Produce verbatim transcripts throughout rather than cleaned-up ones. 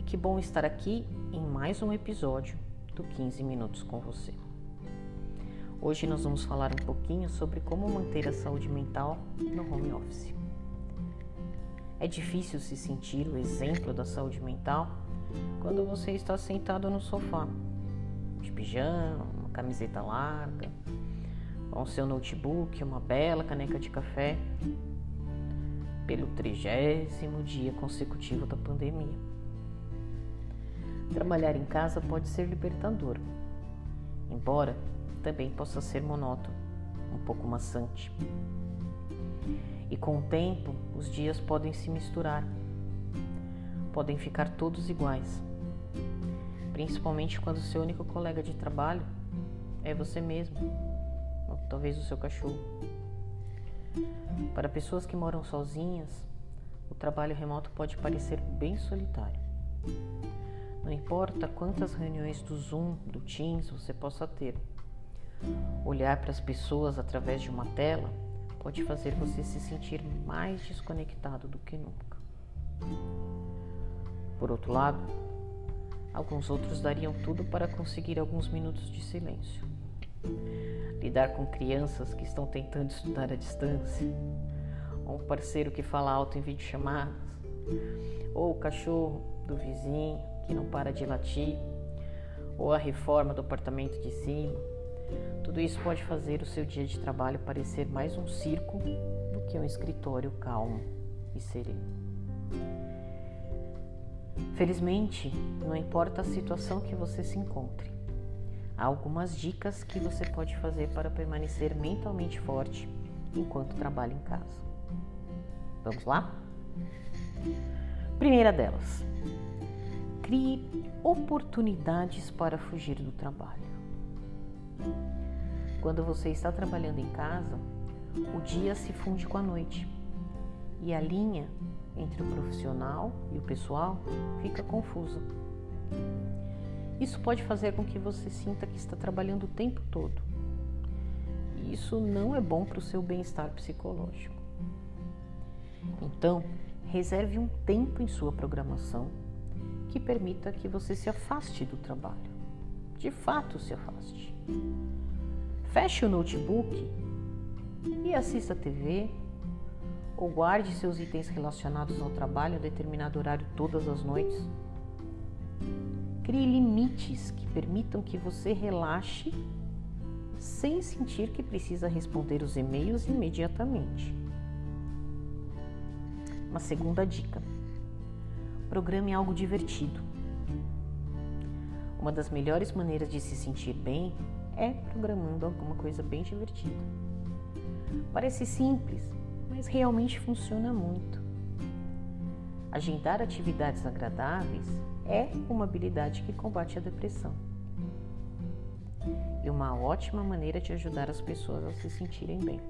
Que bom estar aqui em mais um episódio do quinze Minutos com você. Hoje nós vamos falar um pouquinho sobre como manter a saúde mental no home office. É difícil se sentir o exemplo da saúde mental quando você está sentado no sofá, de pijama, uma camiseta larga, com seu notebook, uma bela caneca de café, pelo trigésimo dia consecutivo da pandemia. Trabalhar em casa pode ser libertador, embora também possa ser monótono, um pouco maçante. E com o tempo, os dias podem se misturar, podem ficar todos iguais, principalmente quando seu único colega de trabalho é você mesmo, ou talvez o seu cachorro. Para pessoas que moram sozinhas, o trabalho remoto pode parecer bem solitário. Não importa quantas reuniões do Zoom, do Teams você possa ter, olhar para as pessoas através de uma tela pode fazer você se sentir mais desconectado do que nunca. Por outro lado, alguns outros dariam tudo para conseguir alguns minutos de silêncio. Lidar com crianças que estão tentando estudar à distância, ou um parceiro que fala alto em videochamadas, ou o cachorro do vizinho que não para de latir, ou a reforma do apartamento de cima. Tudo isso pode fazer o seu dia de trabalho parecer mais um circo do que um escritório calmo e sereno. Felizmente, não importa a situação que você se encontre, há algumas dicas que você pode fazer para permanecer mentalmente forte enquanto trabalha em casa. Vamos lá? Primeira delas, crie oportunidades para fugir do trabalho. Quando você está trabalhando em casa, o dia se funde com a noite e a linha entre o profissional e o pessoal fica confusa. Isso pode fazer com que você sinta que está trabalhando o tempo todo. E isso não é bom para o seu bem-estar psicológico. Então, reserve um tempo em sua programação que permita que você se afaste do trabalho. De fato, se afaste. Feche o notebook e assista a T V, ou guarde seus itens relacionados ao trabalho a determinado horário todas as noites. Crie limites que permitam que você relaxe sem sentir que precisa responder os e-mails imediatamente. Uma segunda dica: programe algo divertido. Uma das melhores maneiras de se sentir bem é programando alguma coisa bem divertida. Parece simples, mas realmente funciona muito. Agendar atividades agradáveis é uma habilidade que combate a depressão e uma ótima maneira de ajudar as pessoas a se sentirem bem.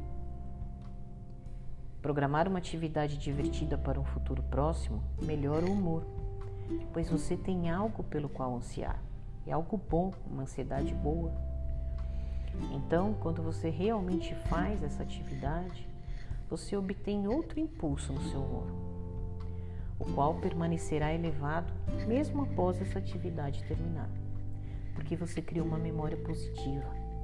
Programar uma atividade divertida para um futuro próximo melhora o humor, pois você tem algo pelo qual ansiar. É algo bom, uma ansiedade boa. Então, quando você realmente faz essa atividade, você obtém outro impulso no seu humor, o qual permanecerá elevado mesmo após essa atividade terminar, porque você criou uma memória positiva.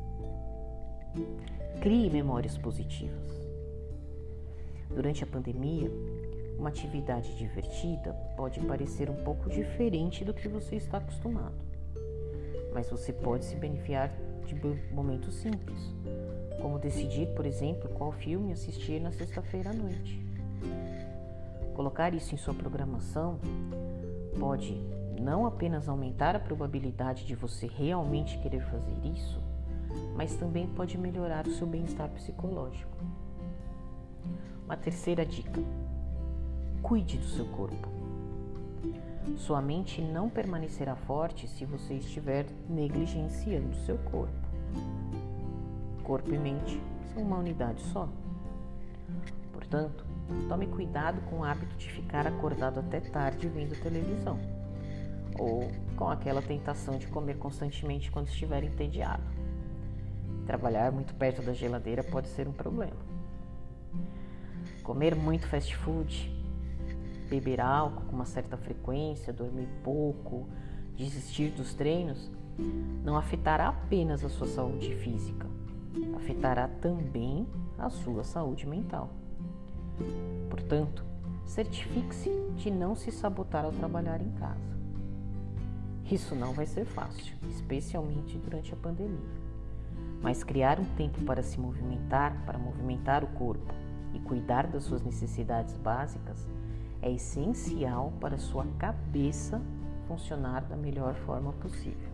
Crie memórias positivas. Durante a pandemia, uma atividade divertida pode parecer um pouco diferente do que você está acostumado, mas você pode se beneficiar de momentos simples, como decidir, por exemplo, qual filme assistir na sexta-feira à noite. Colocar isso em sua programação pode não apenas aumentar a probabilidade de você realmente querer fazer isso, mas também pode melhorar o seu bem-estar psicológico. Uma terceira dica: cuide do seu corpo. Sua mente não permanecerá forte se você estiver negligenciando seu corpo. Corpo e mente são uma unidade só. Portanto, tome cuidado com o hábito de ficar acordado até tarde vendo televisão, ou com aquela tentação de comer constantemente quando estiver entediado. Trabalhar muito perto da geladeira pode ser um problema. Comer muito fast food, beber álcool com uma certa frequência, dormir pouco, desistir dos treinos, não afetará apenas a sua saúde física, afetará também a sua saúde mental. Portanto, certifique-se de não se sabotar ao trabalhar em casa. Isso não vai ser fácil, especialmente durante a pandemia. Mas criar um tempo para se movimentar, para movimentar o corpo e cuidar das suas necessidades básicas é essencial para a sua cabeça funcionar da melhor forma possível.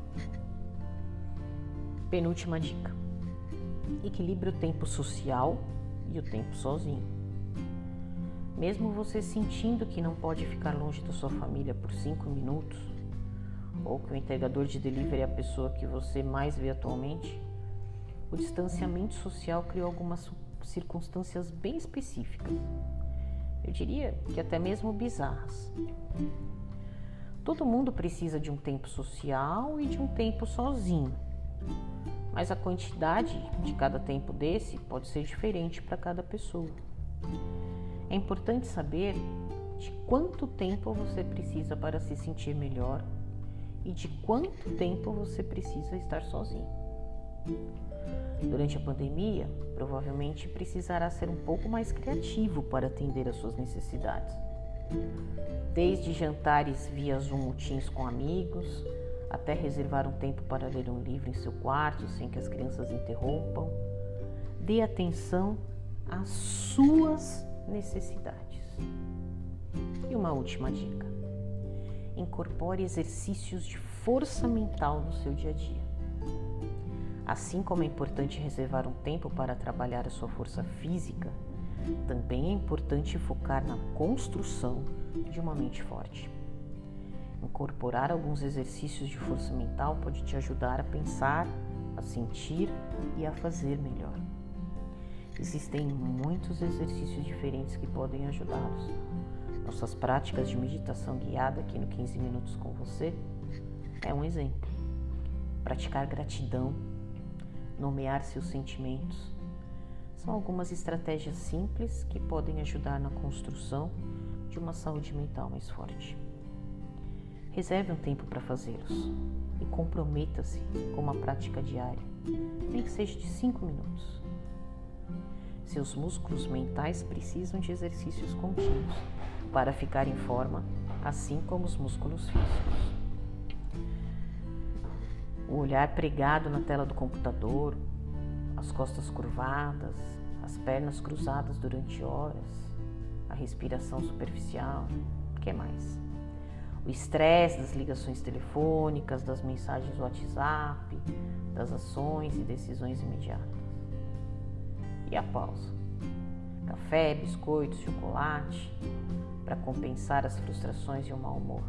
Penúltima dica: equilibre o tempo social e o tempo sozinho. Mesmo você sentindo que não pode ficar longe da sua família por cinco minutos, ou que o entregador de delivery é a pessoa que você mais vê atualmente, o distanciamento social criou algumas circunstâncias bem específicas. Eu diria que até mesmo bizarras. Todo mundo precisa de um tempo social e de um tempo sozinho, mas a quantidade de cada tempo desse pode ser diferente para cada pessoa. É importante saber de quanto tempo você precisa para se sentir melhor e de quanto tempo você precisa estar sozinho. Durante a pandemia, provavelmente precisará ser um pouco mais criativo para atender às suas necessidades. Desde jantares via Zoom ou Teams com amigos, até reservar um tempo para ler um livro em seu quarto sem que as crianças interrompam. Dê atenção às suas necessidades. E uma última dica: incorpore exercícios de força mental no seu dia a dia. Assim como é importante reservar um tempo para trabalhar a sua força física, também é importante focar na construção de uma mente forte. Incorporar alguns exercícios de força mental pode te ajudar a pensar, a sentir e a fazer melhor. Existem muitos exercícios diferentes que podem ajudá-los. Nossas práticas de meditação guiada aqui no quinze minutos com você é um exemplo. Praticar gratidão, nomear seus sentimentos, são algumas estratégias simples que podem ajudar na construção de uma saúde mental mais forte. Reserve um tempo para fazê-los e comprometa-se com uma prática diária, nem que seja de cinco minutos. Seus músculos mentais precisam de exercícios contínuos para ficar em forma, assim como os músculos físicos. O olhar pregado na tela do computador, as costas curvadas, as pernas cruzadas durante horas, a respiração superficial, o que mais? O estresse das ligações telefônicas, das mensagens do WhatsApp, das ações e decisões imediatas. E a pausa? Café, biscoitos, chocolate, para compensar as frustrações e o mau humor.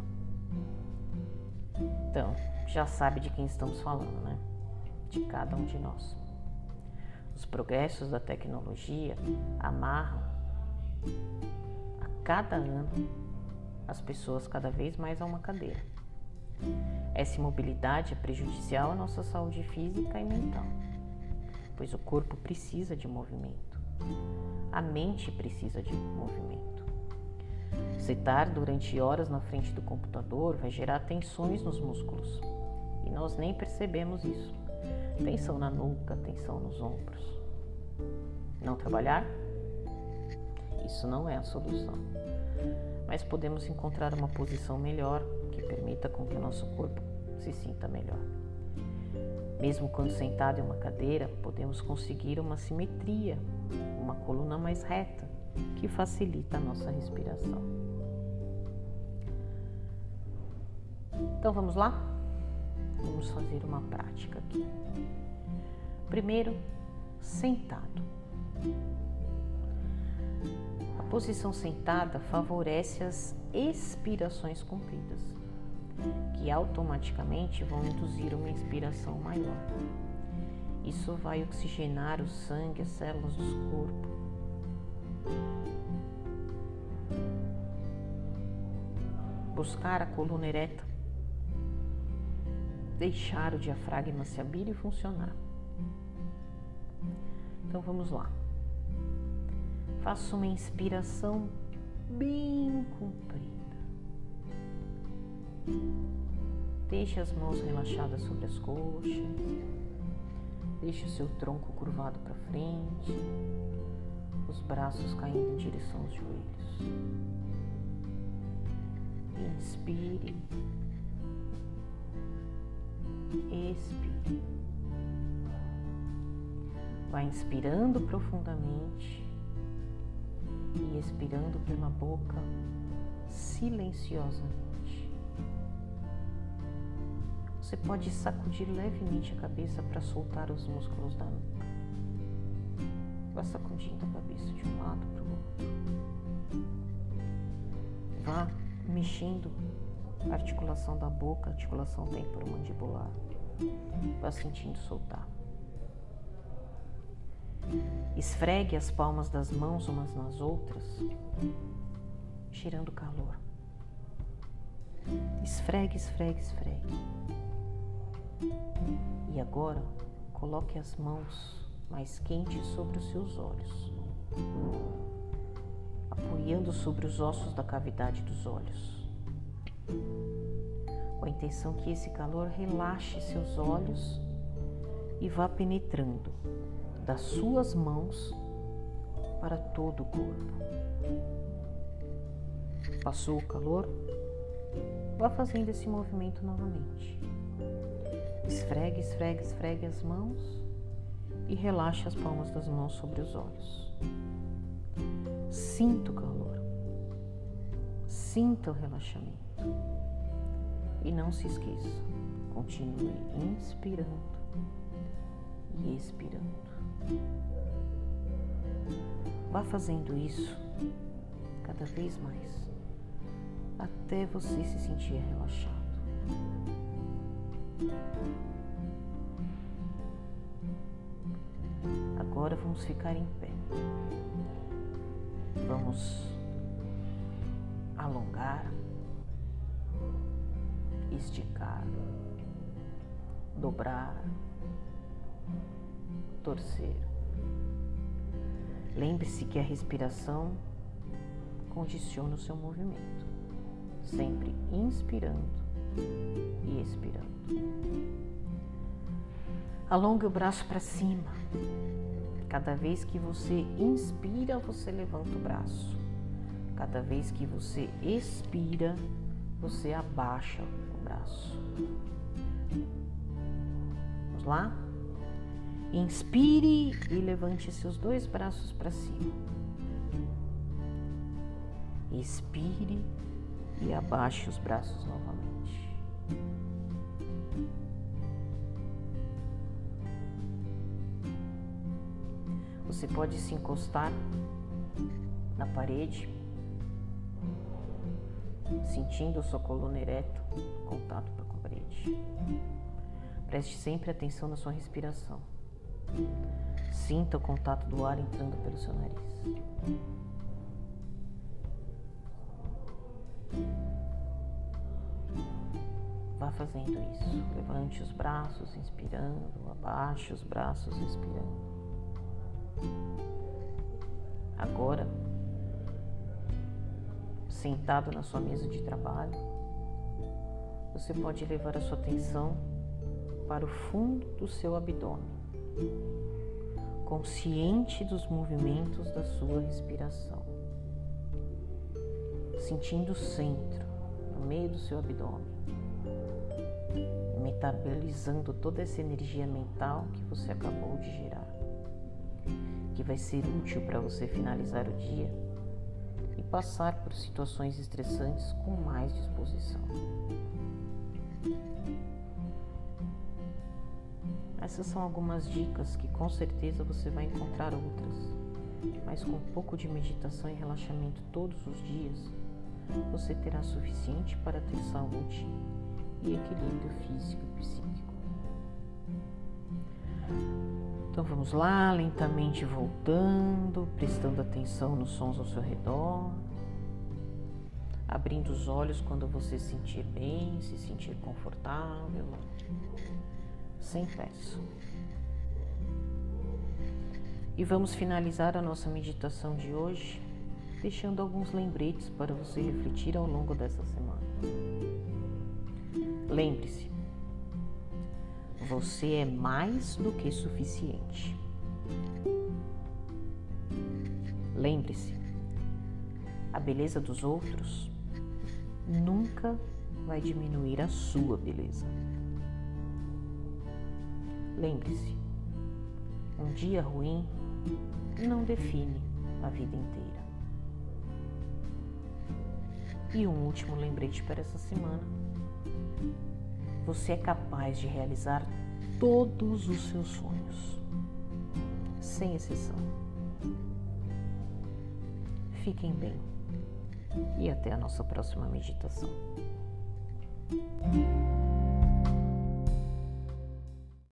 Então, já sabe de quem estamos falando, né? De cada um de nós. Os progressos da tecnologia amarram a cada ano as pessoas cada vez mais a uma cadeira. Essa imobilidade é prejudicial à nossa saúde física e mental, pois o corpo precisa de movimento, a mente precisa de movimento. Sentar durante horas na frente do computador vai gerar tensões nos músculos e nós nem percebemos isso. Tensão na nuca, tensão nos ombros. Não trabalhar? Isso não é a solução. Mas podemos encontrar uma posição melhor que permita com que o nosso corpo se sinta melhor. Mesmo quando sentado em uma cadeira, podemos conseguir uma simetria, uma coluna mais reta, que facilita a nossa respiração. Então vamos lá? Vamos fazer uma prática aqui. Primeiro, sentado. A posição sentada favorece as expirações compridas, que automaticamente vão induzir uma inspiração maior. Isso vai oxigenar o sangue, as células do corpo. Buscar a coluna ereta. Deixar o diafragma se abrir e funcionar. Então vamos lá. Faça uma inspiração bem comprida. Deixe as mãos relaxadas sobre as coxas. Deixe o seu tronco curvado para frente. Os braços caindo em direção aos joelhos. Inspire. Expire. Vai inspirando profundamente e expirando pela boca silenciosamente. Você pode sacudir levemente a cabeça para soltar os músculos da nuca. Vá sacudindo a cabeça de um lado para o outro. Vá mexendo a articulação da boca, a articulação temporomandibular. Vá sentindo soltar. Esfregue as palmas das mãos umas nas outras, gerando calor. Esfregue, esfregue, esfregue. E agora, coloque as mãos mais quentes sobre os seus olhos, apoiando sobre os ossos da cavidade dos olhos, com a intenção que esse calor relaxe seus olhos e vá penetrando das suas mãos para todo o corpo. Passou o calor? Vá fazendo esse movimento novamente. Esfregue, esfregue, esfregue as mãos e relaxe as palmas das mãos sobre os olhos. Sinta o calor. Sinta o relaxamento. E não se esqueça, continue inspirando e expirando. Vá fazendo isso cada vez mais, até você se sentir relaxado. Agora vamos ficar em pé. Vamos alongar, esticar, dobrar, torcer. Lembre-se que a respiração condiciona o seu movimento, sempre inspirando e expirando. Alongue o braço para cima. Cada vez que você inspira, você levanta o braço. Cada vez que você expira, você abaixa o braço. Vamos lá? Inspire e levante seus dois braços para cima. Expire e abaixe os braços novamente. Você pode se encostar na parede, sentindo sua coluna ereta, contato com a parede. Preste sempre atenção na sua respiração. Sinta o contato do ar entrando pelo seu nariz. Vá fazendo isso. Levante os braços, inspirando. Abaixe os braços, expirando. Agora, sentado na sua mesa de trabalho, você pode levar a sua atenção para o fundo do seu abdômen, consciente dos movimentos da sua respiração, sentindo o centro, no meio do seu abdômen, metabolizando toda essa energia mental que você acabou de gerar, que vai ser útil para você finalizar o dia e passar por situações estressantes com mais disposição. Essas são algumas dicas que com certeza você vai encontrar outras, mas com um pouco de meditação e relaxamento todos os dias, você terá suficiente para ter saúde e equilíbrio físico e psíquico. Então vamos lá, lentamente voltando, prestando atenção nos sons ao seu redor, abrindo os olhos quando você se sentir bem, se sentir confortável, sem pressa. E vamos finalizar a nossa meditação de hoje deixando alguns lembretes para você refletir ao longo dessa semana. Lembre-se, você é mais do que suficiente. Lembre-se, a beleza dos outros nunca vai diminuir a sua beleza. Lembre-se, um dia ruim não define a vida inteira. E um último lembrete para essa semana. Você é capaz de realizar todos os seus sonhos, sem exceção. Fiquem bem e até a nossa próxima meditação.